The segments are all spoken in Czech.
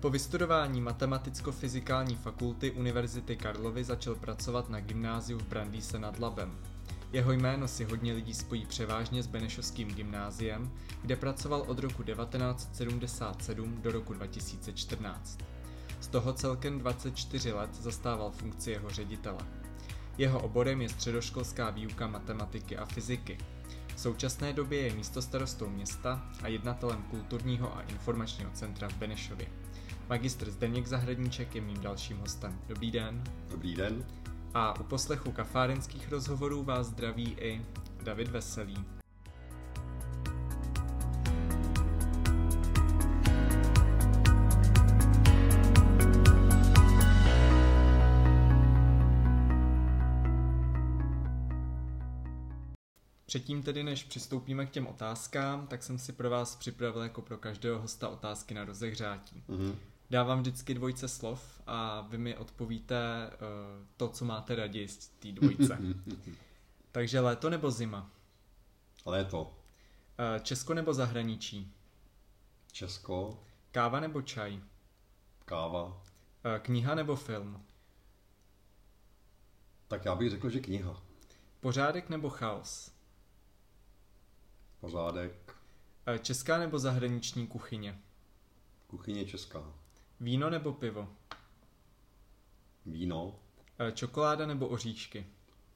Po vystudování Matematicko-fyzikální fakulty Univerzity Karlovy začal pracovat na gymnáziu v Brandýse nad Labem. Jeho jméno si hodně lidí spojí převážně s Benešovským gymnáziem, kde pracoval od roku 1977 do roku 2014. Z toho celkem 24 let zastával funkci jeho ředitele. Jeho oborem je středoškolská výuka matematiky a fyziky. V současné době je místostarostou města a jednatelem kulturního a informačního centra v Benešově. Magistr Zdeněk Zahradníček je mým dalším hostem. Dobrý den. Dobrý den. A u poslechu kafárenských rozhovorů vás zdraví i David Veselý. Předtím tedy, než přistoupíme k těm otázkám, tak jsem si pro vás připravil jako pro každého hosta otázky na rozehřátí. Dávám vždycky dvojce slov a vy mi odpovíte to, co máte raději z té dvojce. Takže léto nebo zima? Léto. Česko nebo zahraničí? Česko. Káva nebo čaj? Káva. Kniha nebo film? Tak já bych řekl, že kniha. Pořádek nebo chaos? Pořádek. Česká nebo zahraniční kuchyně? Kuchyně česká. Víno nebo pivo? Víno. Čokoláda nebo oříšky?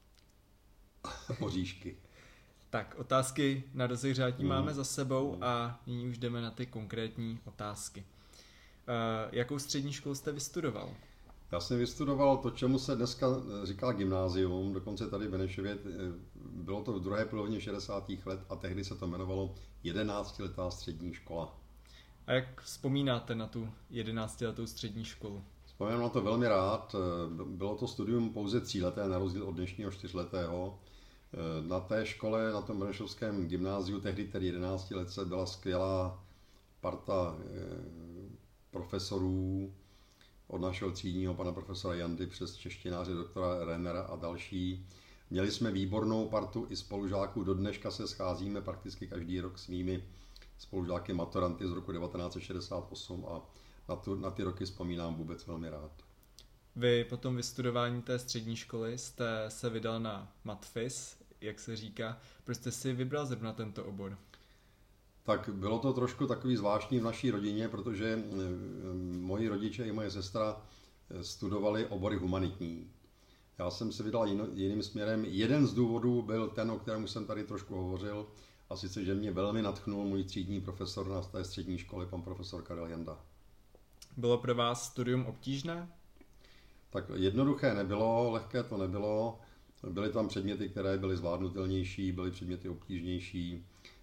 Oříšky. Tak, otázky na rozehřátí máme za sebou a nyní už jdeme na ty konkrétní otázky. Jakou střední školu jste vystudoval? Já jsem vystudoval to, čemu se dneska říká gymnázium, dokonce tady v Benešově. Bylo to v druhé polovině 60. let a tehdy se to jmenovalo 11letá střední škola. A jak vzpomínáte na tu 11letou střední školu? Vzpomínám na to velmi rád. Bylo to studium pouze 3leté, na rozdíl od dnešního 4letého. Na té škole, na tom benešovském gymnáziu, tehdy tedy 11 let, se byla skvělá parta profesorů, od našeho třídního pana profesora Jandy přes češtináře doktora Renera a další. Měli jsme výbornou partu i spolužáků, do dneška se scházíme prakticky každý rok s mými spolužáky maturanty z roku 1968 a na ty roky vzpomínám vůbec velmi rád. Vy po tom vystudování té střední školy jste se vydal na matfys, jak se říká. Proč jste si vybral zrovna tento obor? Tak bylo to trošku takový zvláštní v naší rodině, protože moji rodiče i moje sestra studovali obory humanitní. Já jsem se vydal jiným směrem. Jeden z důvodů byl ten, o kterém jsem tady trošku hovořil, a sice, že mě velmi nadchnul můj třídní profesor na té střední škole, pan profesor Karel Janda. Bylo pro vás studium obtížné? Tak jednoduché nebylo, lehké to nebylo. Byly tam předměty, které byly zvládnutelnější, byly předměty obtížnější.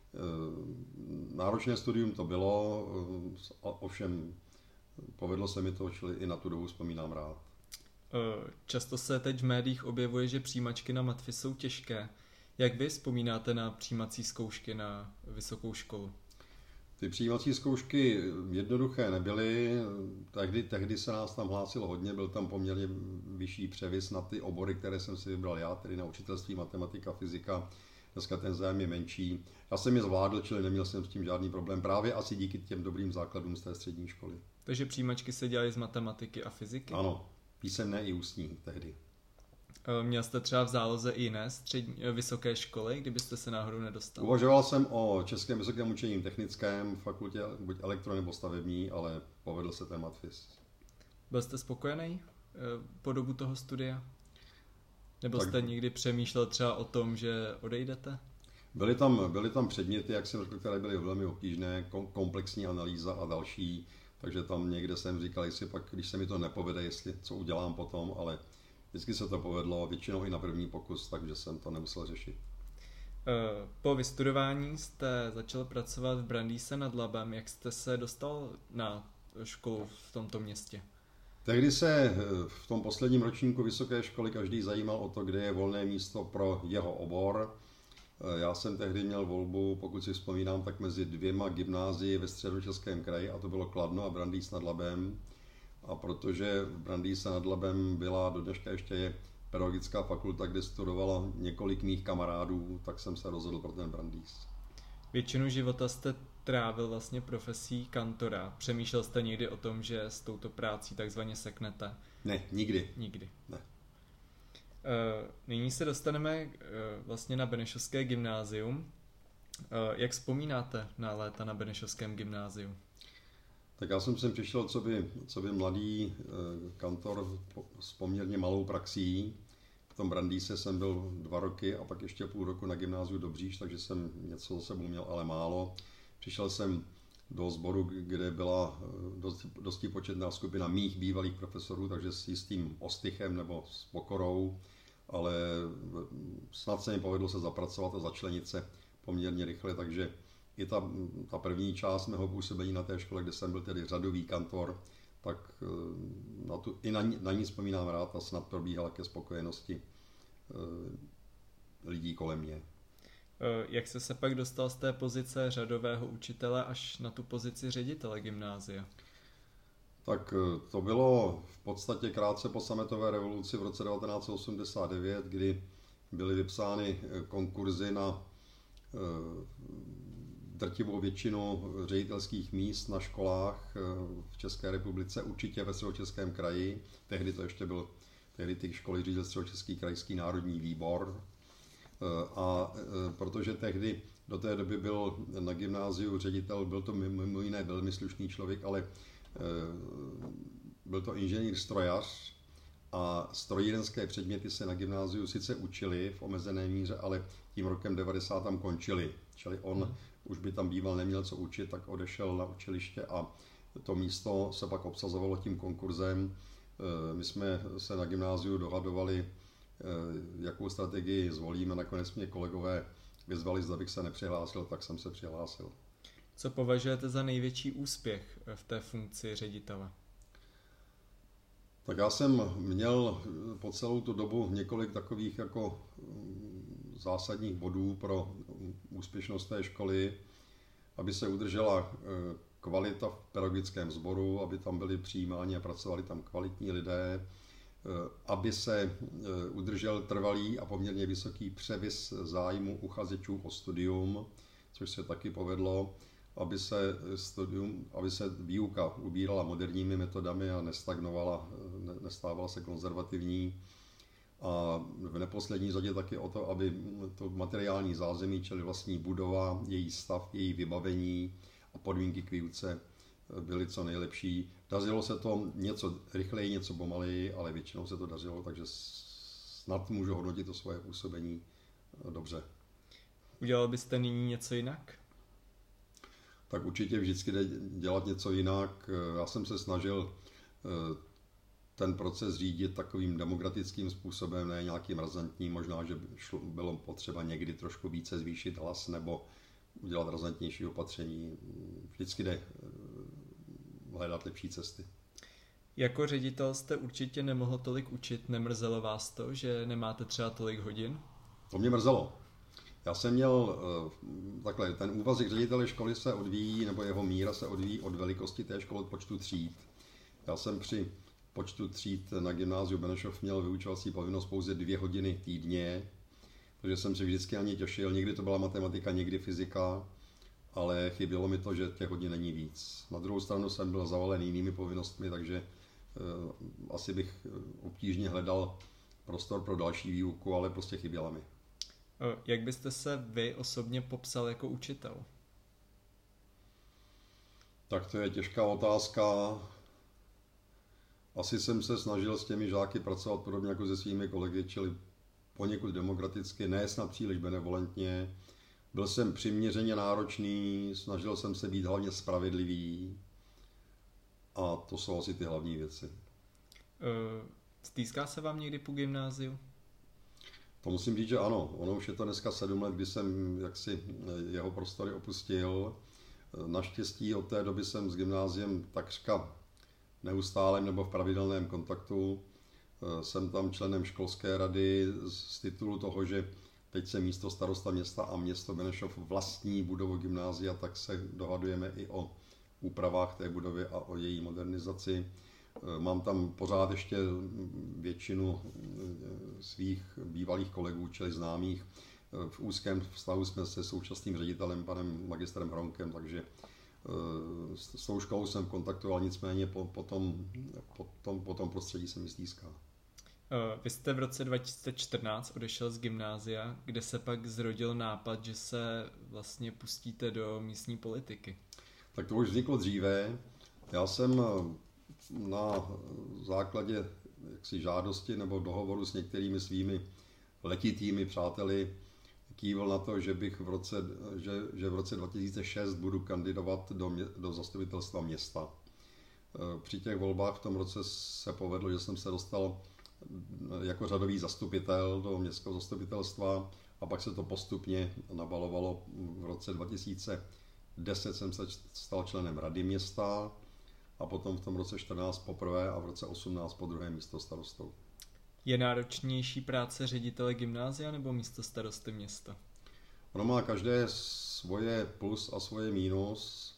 Náročné studium to bylo, ovšem povedlo se mi to, čili i na tu dobu vzpomínám rád. Často se teď v médiích objevuje, že přijímačky na matfys jsou těžké. Jak vy vzpomínáte na přijímací zkoušky na vysokou školu? Ty přijímací zkoušky jednoduché nebyly, tehdy se nás tam hlásilo hodně, byl tam poměrně vyšší převis na ty obory, které jsem si vybral já, tedy na učitelství matematika, fyzika. Dneska ten zájem je menší. Já jsem je zvládl, čili neměl jsem s tím žádný problém, právě asi díky těm dobrým základům z té střední školy. Takže přijímačky se dělaly z matematiky a fyziky? Ano, písemné i ústní tehdy. Měl jste třeba v záloze i jiné vysoké školy, kdybyste se náhodou nedostal? Uvažoval jsem o Českém vysokém učení technickém, fakultě buď elektro nebo stavební, ale povedl se ten matfys. Byl jste spokojený po dobu toho studia? Nebo jste někdy přemýšlel třeba o tom, že odejdete? Byly tam předměty, jak jsem řekl, které byly velmi obtížné, komplexní analýza a další, takže tam někde jsem říkal, jestli pak, když se mi to nepovede, co udělám potom, ale vždycky se to povedlo, většinou i na první pokus, takže jsem to nemusel řešit. Po vystudování jste začal pracovat v Brandýse nad Labem. Jak jste se dostal na školu v tomto městě? Tehdy se v tom posledním ročníku vysoké školy každý zajímal o to, kde je volné místo pro jeho obor. Já jsem tehdy měl volbu, pokud si vzpomínám, tak mezi 2 gymnázii ve Středočeském kraji, a to bylo Kladno a Brandýs nad Labem. A protože v Brandýse nad Labem byla do dneška ještě pedagogická fakulta, kde studovalo několik mých kamarádů, tak jsem se rozhodl pro ten Brandýs. Většinu života jste trávil vlastně profesí kantora. Přemýšlel jste někdy o tom, že s touto prácí takzvaně seknete? Ne, nikdy. Nikdy. Ne. Nyní se dostaneme vlastně na Benešovské gymnázium. Jak vzpomínáte na léta na Benešovském gymnáziu? Tak já jsem sem přišel co by mladý kantor s poměrně malou praxí. V tom Brandýse jsem byl 2 roky a pak ještě půl roku na gymnáziu Dobříš, takže jsem něco za sebou měl, ale málo. Přišel jsem do sboru, kde byla dosti početná skupina mých bývalých profesorů, takže s jistým ostychem nebo s pokorou, ale snad se mi povedlo se zapracovat a začlenit se poměrně rychle, takže i ta první část mého působení na té škole, kde jsem byl tedy řadový kantor, tak na ní vzpomínám rád a snad probíhala ke spokojenosti lidí kolem mě. Jak jste se pak dostal z té pozice řadového učitele až na tu pozici ředitele gymnázia? Tak to bylo v podstatě krátce po sametové revoluci v roce 1989, kdy byly vypsány konkurzy na drtivou většinu ředitelských míst na školách v České republice, určitě ve Středočeském kraji. Tehdy ty školy řídil Středočeský krajský národní výbor. A protože tehdy do té doby byl na gymnáziu ředitel, byl to mimo jiné velmi slušný člověk, ale byl to inženýr strojař a strojírenské předměty se na gymnáziu sice učili v omezené míře, ale tím rokem 90 tam končili. Čili on už by tam býval neměl co učit, tak odešel na učiliště a to místo se pak obsazovalo tím konkurzem. My jsme se na gymnáziu dohadovali, jakou strategii zvolíme. Nakonec mě kolegové vyzvali, zda bych se nepřihlásil, tak jsem se přihlásil. Co považujete za největší úspěch v té funkci ředitele? Tak já jsem měl po celou tu dobu několik takových jako zásadních bodů pro úspěšnost té školy, aby se udržela kvalita v pedagogickém sboru, aby tam byli přijímáni a pracovali tam kvalitní lidé, aby se udržel trvalý a poměrně vysoký převis zájmu uchazečů o studium, což se taky povedlo, aby se výuka ubírala moderními metodami a nestávala se konzervativní. A v neposlední řadě taky o to, aby to materiální zázemí, čili vlastní budova, její stav, její vybavení a podmínky k výuce byly co nejlepší. Dařilo se to něco rychleji, něco pomaleji, ale většinou se to dařilo, takže snad můžu hodnotit to svoje působení dobře. Udělal byste nyní něco jinak? Tak určitě vždycky jde dělat něco jinak. Já jsem se snažil ten proces řídit takovým demokratickým způsobem, ne nějakým razantním. Možná, že bylo potřeba někdy trošku více zvýšit hlas nebo udělat razantnější opatření. Vždycky jde hledat lepší cesty. Jako ředitel jste určitě nemohl tolik učit. Nemrzelo vás to, že nemáte třeba tolik hodin? To mě mrzelo. Já jsem měl takhle, ten úvazek ředitele školy se odvíjí, nebo jeho míra se odvíjí od velikosti té školy, od počtu tříd. Já jsem při počtu tříd na gymnáziu Benešov měl vyučovací povinnost pouze 2 hodiny týdně, protože jsem se vždycky ani těšil. Někdy to byla matematika, někdy fyzika, ale chybělo mi to, že těch hodin není víc. Na druhou stranu jsem byl zavalen jinými povinnostmi, takže asi bych obtížně hledal prostor pro další výuku, ale prostě chyběla mi. Jak byste se vy osobně popsal jako učitel? Tak to je těžká otázka. Asi jsem se snažil s těmi žáky pracovat podobně jako se svými kolegy, čili poněkud demokraticky, ne snad příliš benevolentně. Byl jsem přiměřeně náročný, snažil jsem se být hlavně spravedlivý a to jsou asi ty hlavní věci. Stýská se vám někdy po gymnáziu? To musím říct, že ano. Ono už je to dneska 7 let, kdy jsem jaksi jeho prostory opustil. Naštěstí od té doby jsem s gymnáziem takřka neustálém nebo v pravidelném kontaktu. Jsem tam členem školské rady z titulu toho, že teď se místo starosta města a město Benešov vlastní budovu gymnázia, tak se dohadujeme i o úpravách té budovy a o její modernizaci. Mám tam pořád ještě většinu svých bývalých kolegů, čili známých. v úzkém vztahu jsme se současným ředitelem, panem magistrem Hronkem, takže s tou školou jsem kontaktoval, nicméně po tom prostředí se mi stýská. Vy jste v roce 2014 odešel z gymnázia, kde se pak zrodil nápad, že se vlastně pustíte do místní politiky. Tak to už vzniklo dříve. Já jsem na základě žádosti nebo dohovoru s některými svými letitými přáteli kývil na to, že v roce 2006 budu kandidovat do zastupitelstva města. Při těch volbách v tom roce se povedlo, že jsem se dostal jako řadový zastupitel do městského zastupitelstva a pak se to postupně nabalovalo. V roce 2010 jsem se stal členem rady města a potom v tom roce 14 poprvé a v roce 18 po druhé místo starostou. Je náročnější práce ředitele gymnázia nebo místo starosty města? Ono má každé svoje plus a svoje mínus.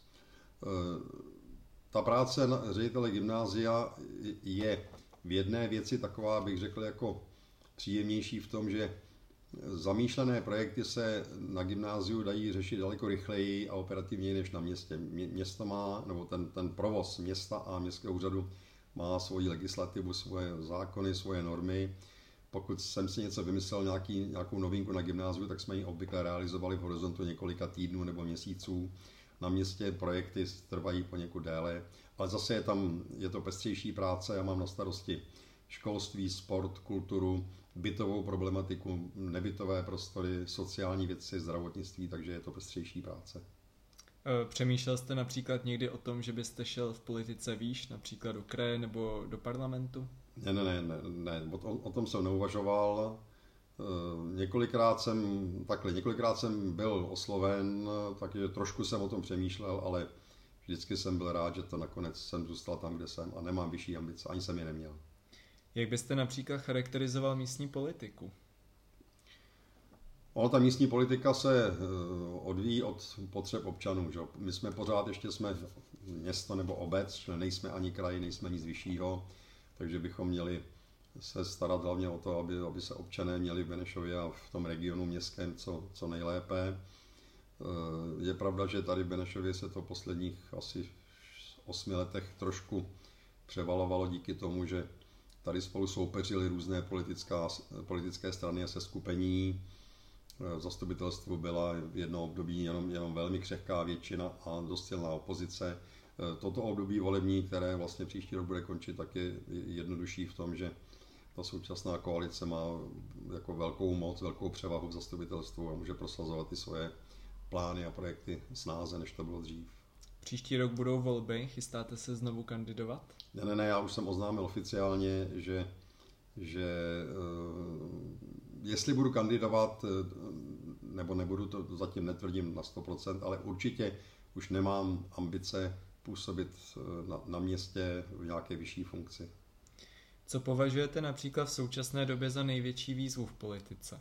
Ta práce ředitele gymnázia je v jedné věci taková, bych řekl, jako příjemnější v tom, že zamýšlené projekty se na gymnáziu dají řešit daleko rychleji a operativněji než na městě. Město má, nebo ten provoz města a městského úřadu má svoji legislativu, svoje zákony, svoje normy. Pokud jsem si něco vymyslel, nějakou novinku na gymnáziu, tak jsme ji obvykle realizovali v horizontu několika týdnů nebo měsíců. Na městě projekty trvají poněkud déle, ale zase je to pestřejší práce. Já mám na starosti školství, sport, kulturu, bytovou problematiku, nebytové prostory, sociální věci, zdravotnictví, takže je to pestřejší práce. Přemýšlel jste například někdy o tom, že byste šel v politice výš, například do kraje nebo do parlamentu? Ne, o tom jsem neuvažoval. Několikrát jsem byl osloven, takže trošku jsem o tom přemýšlel, ale vždycky jsem byl rád, že to nakonec jsem zůstal tam, kde jsem a nemám vyšší ambice, ani jsem je neměl. Jak byste například charakterizoval místní politiku? Ta místní politika se odvíjí od potřeb občanů. Že? My jsme pořád ještě město nebo obec, nejsme ani kraj, nejsme nic vyššího, takže bychom měli se starat hlavně o to, aby se občané měli v Benešově a v tom regionu městském co nejlépe. Je pravda, že tady v Benešově se to posledních asi 8 letech trošku převalovalo díky tomu, že tady spolu soupeřily různé politické strany a seskupení. V zastupitelstvu byla jedno období jenom velmi křehká většina a dost silná opozice. Toto období volební, které vlastně příští rok bude končit, tak je jednodušší v tom, že ta současná koalice má jako velkou moc, velkou převahu v zastupitelstvu a může prosazovat ty svoje plány a projekty snáze, než to bylo dřív. Příští rok budou volby, chystáte se znovu kandidovat? Ne, já už jsem oznámil oficiálně, že jestli budu kandidovat nebo nebudu, to zatím netvrdím na 100%, ale určitě už nemám ambice působit na městě v nějaké vyšší funkci. Co považujete například v současné době za největší výzvu v politice?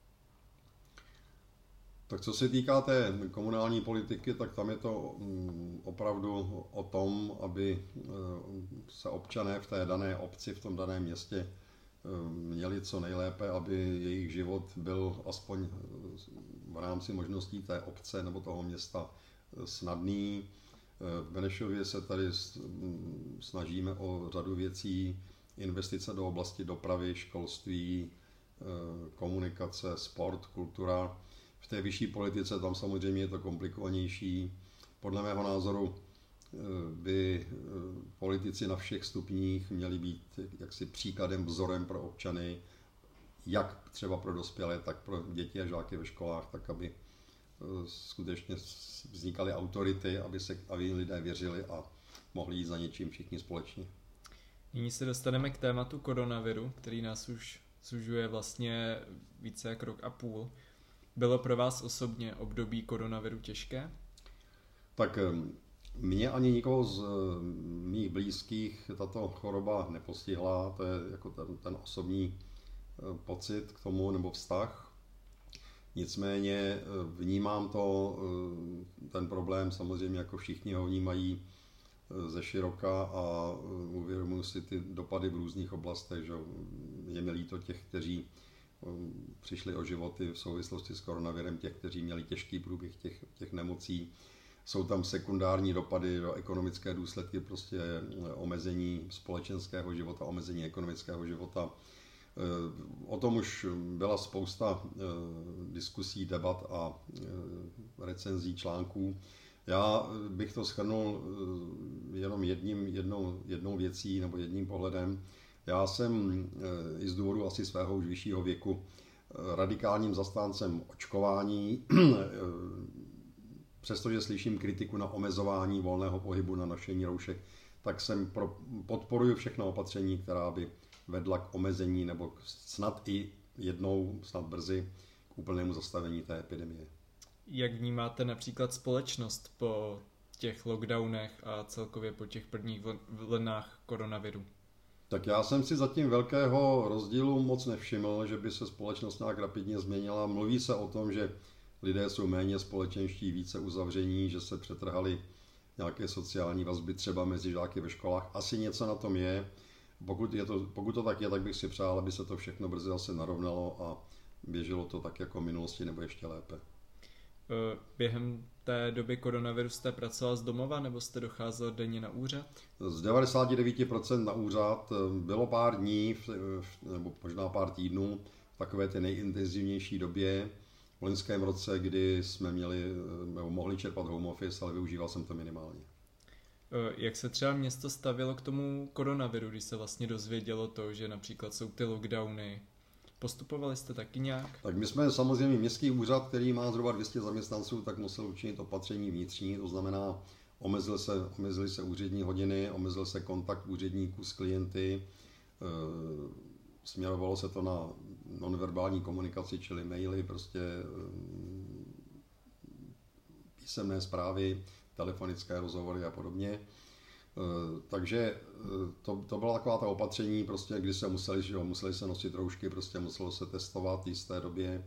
Tak co se týká té komunální politiky, tak tam je to opravdu o tom, aby se občané v té dané obci, v tom daném městě měli co nejlépe, aby jejich život byl aspoň v rámci možností té obce nebo toho města snadný. V Benešově se tady snažíme o řadu věcí, investice do oblasti dopravy, školství, komunikace, sport, kultura. V té vyšší politice tam samozřejmě je to komplikovanější. Podle mého názoru by politici na všech stupních měli být jaksi příkladem, vzorem pro občany, jak třeba pro dospělé, tak pro děti a žáky ve školách, tak aby skutečně vznikaly autority, aby lidé věřili a mohli jít za něčím všichni společně. Nyní se dostaneme k tématu koronaviru, který nás už sužuje vlastně více jak rok a půl. Bylo pro vás osobně období koronaviru těžké? Tak mě ani nikoho z mých blízkých tato choroba nepostihla, to je jako ten osobní pocit k tomu nebo vztah. Nicméně vnímám ten problém samozřejmě jako všichni ho vnímají ze široka a uvědomuji si ty dopady v různých oblastech, že je mi líto těch, kteří přišli o životy v souvislosti s koronavirem těch, kteří měli těžký průběh těch nemocí. Jsou tam sekundární dopady do ekonomické důsledky, prostě omezení společenského života, omezení ekonomického života. O tom už byla spousta diskusí, debat a recenzí článků. Já bych to shrnul jenom jednou věcí nebo jedním pohledem. Já jsem i z důvodu asi svého už vyššího věku radikálním zastáncem očkování. Přestože slyším kritiku na omezování volného pohybu, na nošení roušek, tak podporuji všechna opatření, která by vedla k omezení nebo snad i jednou, snad brzy, k úplnému zastavení té epidemie. Jak vnímáte například společnost po těch lockdownech a celkově po těch prvních vlnách koronaviru? Tak já jsem si zatím velkého rozdílu moc nevšiml, že by se společnost nějak rapidně změnila. Mluví se o tom, že lidé jsou méně společenští, více uzavření, že se přetrhaly nějaké sociální vazby třeba mezi žáky ve školách. Asi něco na tom je. Pokud to tak je, tak bych si přál, aby se to všechno brzy zase narovnalo a běželo to tak jako v minulosti nebo ještě lépe. Během té doby koronaviru jste pracoval z domova nebo jste docházel denně na úřad? Z 99% na úřad. Bylo pár dní, nebo možná pár týdnů, v takové té nejintenzivnější době v loňském roce, kdy jsme mohli čerpat home office, ale využíval jsem to minimálně. Jak se třeba město stavilo k tomu koronaviru, když se vlastně dozvědělo to, že například jsou ty lockdowny? Postupovali jste taky nějak? Tak my jsme samozřejmě městský úřad, který má zhruba 200 zaměstnanců, tak musel učinit opatření vnitřní, to znamená omezily se úřední hodiny, omezil se kontakt úředníků s klienty, směrovalo se to na nonverbální komunikaci, čili maily, prostě písemné zprávy, telefonické rozhovory a podobně. Takže to byla taková ta opatření, prostě, kdy se museli se nosit roušky, prostě muselo se testovat v jisté době.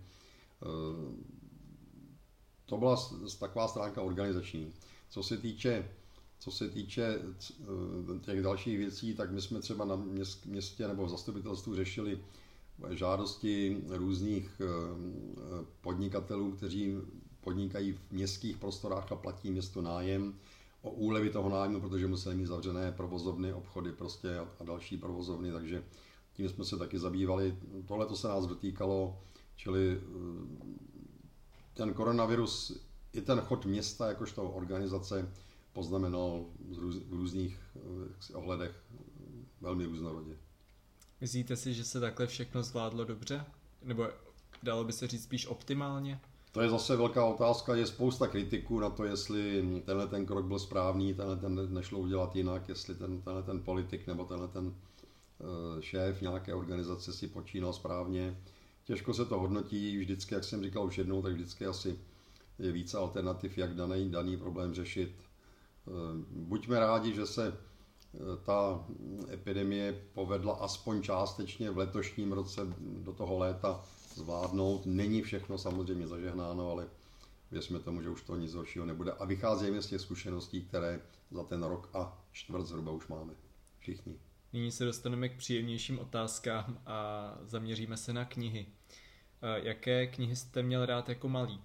To byla taková stránka organizační. Co se týče těch dalších věcí, tak my jsme třeba na městě nebo v zastupitelstvu řešili žádosti různých podnikatelů, kteří podnikají v městských prostorách a platí městu nájem, o úlevy toho nájmu, protože museli mít zavřené provozovny, obchody prostě a další provozovny, takže tím jsme se taky zabývali. Tohle to se nás dotýkalo, čili ten koronavirus i ten chod města jakožto organizace poznamenal v různých ohledech velmi různorodě. Myslíte si, že se takhle všechno zvládlo dobře? Nebo dalo by se říct spíš optimálně? To je zase velká otázka, je spousta kritiků na to, jestli ten krok byl správný, ten nešlo udělat jinak, jestli ten politik nebo ten šéf nějaké organizace si počínal správně. Těžko se to hodnotí, vždycky, jak jsem říkal už jednou, tak vždycky asi je více alternativ, jak daný problém řešit. Buďme rádi, že se ta epidemie povedla aspoň částečně v letošním roce do toho léta zvládnout. Není všechno samozřejmě zažehnáno, ale věřme tomu, že už to nic horšího nebude. A vycházíme z těch zkušeností, které za ten rok a čtvrt zhruba už máme. Všichni. Nyní se dostaneme k příjemnějším otázkám a zaměříme se na knihy. Jaké knihy jste měl rád jako malý?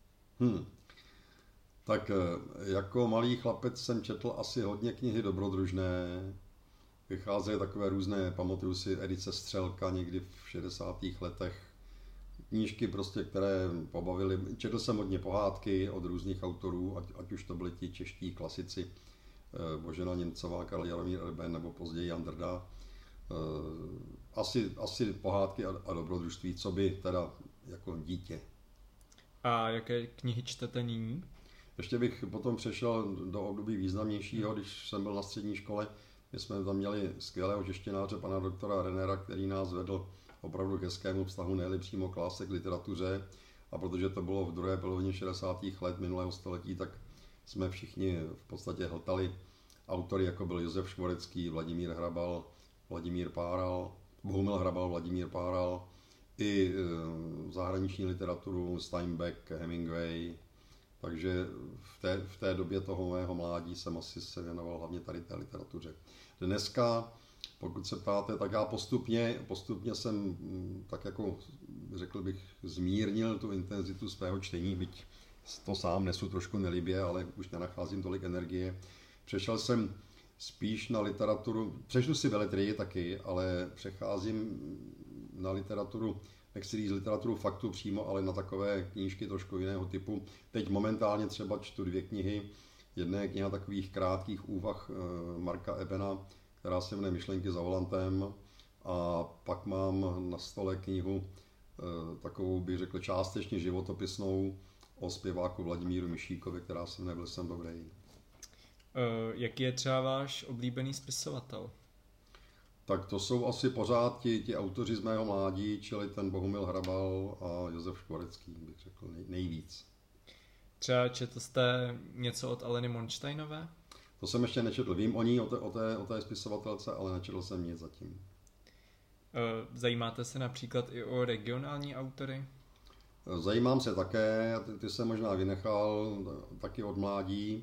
Tak jako malý chlapec jsem četl asi hodně knihy dobrodružné. Vycházely takové různé, pamatuju si edice Střelka někdy v 60. letech. Knížky prostě, které pobavily. Četl jsem hodně pohádky od různých autorů, ať už to byli ti čeští klasici, Božena Němcová, Karl Jaromír Erben nebo později Jan Drda. Asi pohádky a dobrodružství, co by teda jako dítě. A jaké knihy čtete nyní? Ještě bych potom přešel do období významnějšího, když jsem byl na střední škole. My jsme tam měli skvělého češtináře, pana doktora Renera, který nás vedl opravdu k hezkému vztahu, nejli přímo k lásce k literatuře. A protože to bylo v druhé polovině 60. let minulého století, tak jsme všichni v podstatě hltali autory, jako byl Josef Škvorecký, Vladimír Hrabal, Vladimír Páral, Bohumil Hrabal, Vladimír Páral, i zahraniční literaturu Steinbeck, Hemingway. Takže v té době toho mého mládí jsem asi se věnoval hlavně tady té literatuře. Dneska Pokud se ptáte, tak já postupně jsem tak jako, řekl bych, zmírnil tu intenzitu svého čtení, byť to sám nesu trošku nelibě, ale už nenacházím tolik energie. Přešel jsem spíš na literaturu, přečtu si beletrii taky, ale přecházím na literaturu, nechci říct literaturu faktu přímo, ale na takové knížky trošku jiného typu. Teď momentálně třeba čtu 2 knihy. Jedna je kniha takových krátkých úvah Marka Ebena, která se jmenuje Myšlenky za volantem, a pak mám na stole knihu takovou, bych řekl, částečně životopisnou o zpěváku Vladimíru Mišíkovi, která se jmenuje Byl jsem dobrý. Jaký je třeba váš oblíbený spisovatel? Tak to jsou asi pořád ti autoři z mého mládí, čili ten Bohumil Hrabal a Josef Škvorecký, bych řekl nejvíc. Třeba četl jste něco od Aleny Monštejnové? To jsem ještě nečetl. Vím o ní, o té spisovatelce, ale nečetl jsem nic zatím. Zajímáte se například i o regionální autory? Zajímám se také, ty jsem možná vynechal taky od mládí.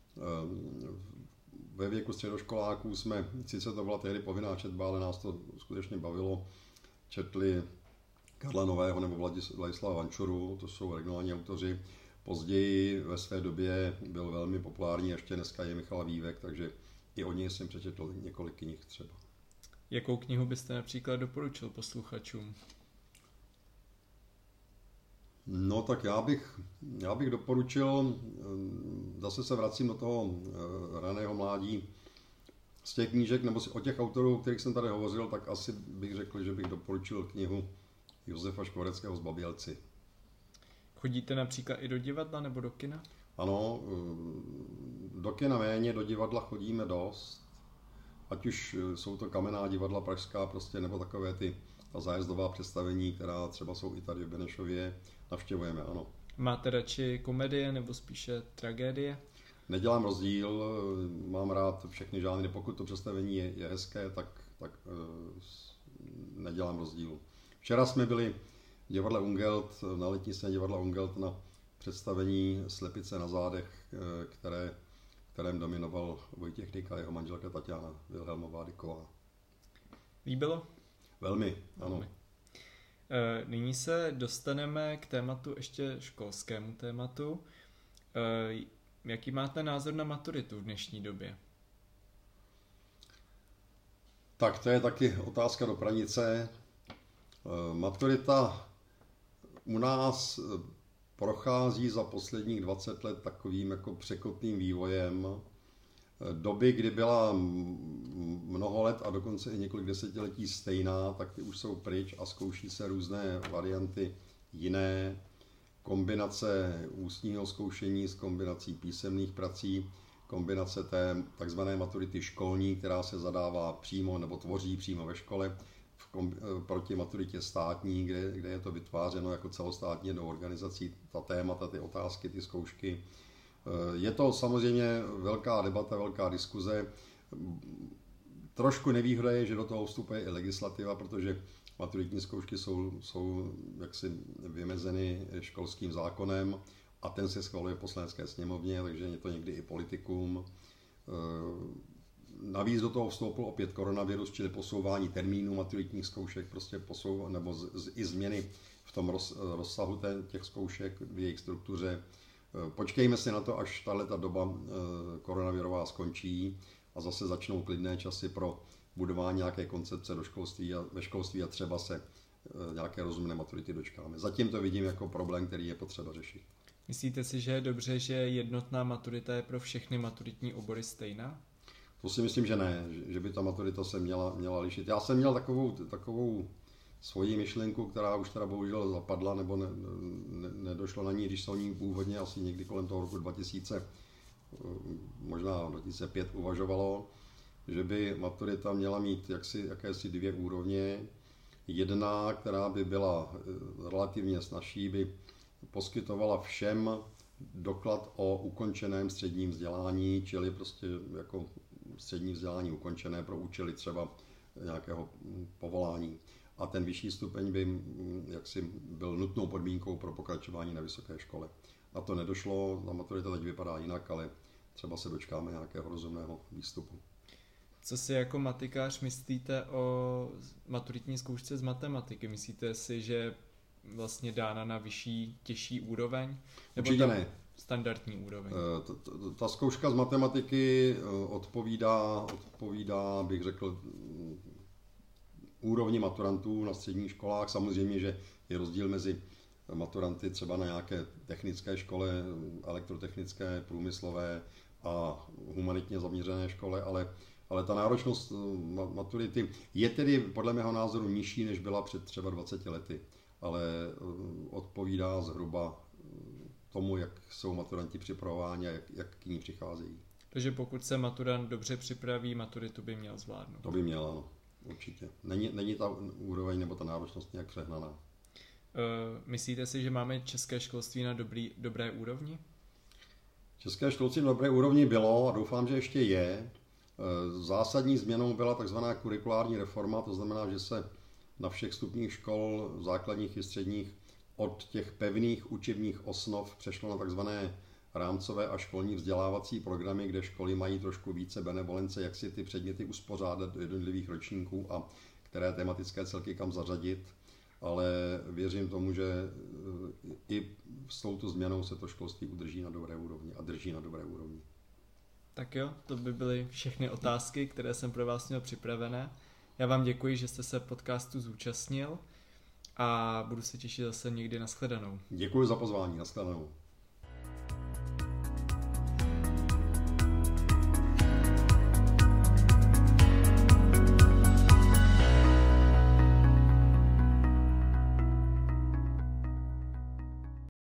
Ve věku středoškoláků jsme, sice to byla tehdy povinná četba, ale nás to skutečně bavilo, četli Karla Nového nebo Vladislava Vančuru, to jsou regionální autoři. Později ve své době byl velmi populární, ještě dneska je Michal Vívek, takže i od něj jsem přečetl několik knih třeba. Jakou knihu byste například doporučil posluchačům? No tak já bych doporučil, zase se vracím do toho raného mládí, z těch knížek nebo o těch autorů, o kterých jsem tady hovořil, tak asi bych řekl, že bych doporučil knihu Josefa Škvoreckého Zbabělci. Chodíte například i do divadla nebo do kina? Ano, do kina méně, do divadla chodíme dost. Ať už jsou to kamenná divadla pražská prostě, nebo takové ta zájezdová představení, která třeba jsou i tady v Benešově, navštěvujeme, ano. Máte radši komedie nebo spíše tragédie? Nedělám rozdíl, mám rád všechny žánry, pokud to představení je hezké, tak nedělám rozdíl. Včera jsme byli v divadle Ungelt, na letní scéně divadla Ungelt na představení Slepice na zádech, kterém dominoval Vojtěch Dyk a jeho manželka Tatiana Vilhelmová Dyková. Líbilo? Velmi, ano. Velmi. Nyní se dostaneme k tématu, ještě školskému tématu. Jaký máte názor na maturitu v dnešní době? Tak to je taky otázka do pranice. Maturita u nás prochází za posledních 20 let takovým jako překotným vývojem. Doby, kdy byla mnoho let a dokonce i několik desetiletí stejná, tak ty už jsou pryč a zkouší se různé varianty jiné. Kombinace ústního zkoušení s kombinací písemných prací, kombinace té takzvané maturity školní, která se zadává přímo nebo tvoří přímo ve škole, proti maturitě státní, kde je to vytvářeno jako celostátní do organizací, ta témata, ty otázky, ty zkoušky. Je to samozřejmě velká debata, velká diskuze. Trošku nevýhoda je, že do toho vstupuje i legislativa, protože maturitní zkoušky jsou jaksi vymezeny školským zákonem a ten se schvaluje v Poslanecké sněmovně, takže je to někdy i politikum. Navíc do toho vstoupil opět koronavirus, čili posouvání termínů maturitních zkoušek, prostě nebo i změny v tom rozsahu těch zkoušek, v jejich struktuře. Počkejme si na to, až tahleta doba koronavirová skončí a zase začnou klidné časy pro budování nějaké koncepce do školství a ve školství a třeba se nějaké rozumné maturity dočkáme. Zatím to vidím jako problém, který je potřeba řešit. Myslíte si, že je dobře, že jednotná maturita je pro všechny maturitní obory stejná? To si myslím, že ne, že by ta maturita se měla lišit. Já jsem měl takovou svoji myšlenku, která už teda bohužel zapadla, nebo nedošlo na ní, když se o ní původně asi někdy kolem toho roku 2000, možná 2005 uvažovalo, že by maturita měla mít jakési 2 úrovně. Jedna, která by byla relativně snazší, by poskytovala všem doklad o ukončeném středním vzdělání, čili prostě jako střední vzdělání ukončené pro účely třeba nějakého povolání. A ten vyšší stupeň by jaksi byl nutnou podmínkou pro pokračování na vysoké škole. Na to nedošlo, ta maturita teď vypadá jinak, ale třeba se dočkáme nějakého rozumného výstupu. Co si jako matikář myslíte o maturitní zkoušce z matematiky? Myslíte si, že vlastně dána na vyšší, těžší úroveň? Nebo určitě ne. Standardní úroveň? Ta zkouška z matematiky odpovídá, bych řekl, úrovni maturantů na středních školách. Samozřejmě, že je rozdíl mezi maturanty třeba na nějaké technické škole, elektrotechnické, průmyslové a humanitně zaměřené škole, ale ta náročnost maturity je tedy podle mého názoru nižší, než byla před třeba 20 lety, ale odpovídá zhruba tomu, jak jsou maturanti připravováni a jak k ní přicházejí. Takže pokud se maturant dobře připraví, maturitu by měl zvládnout. To by měl, ano, určitě. Není ta úroveň nebo ta náročnost nějak přehnaná. Myslíte si, že máme české školství na dobré úrovni? České školství na dobré úrovni bylo a doufám, že ještě je. Zásadní změnou byla takzvaná kurikulární reforma, to znamená, že se na všech stupních škol, základních i středních, od těch pevných učebních osnov přešlo na takzvané rámcové a školní vzdělávací programy, kde školy mají trošku více benevolence, jak si ty předměty uspořádat do jednotlivých ročníků a které tematické celky kam zařadit. Ale věřím tomu, že i s touto změnou se to školství udrží na dobré úrovni a drží na dobré úrovni. Tak jo, to by byly všechny otázky, které jsem pro vás měl připravené. Já vám děkuji, že jste se podcastu zúčastnil a budu se těšit zase někdy na shledanou. Děkuji za pozvání, na shledanou.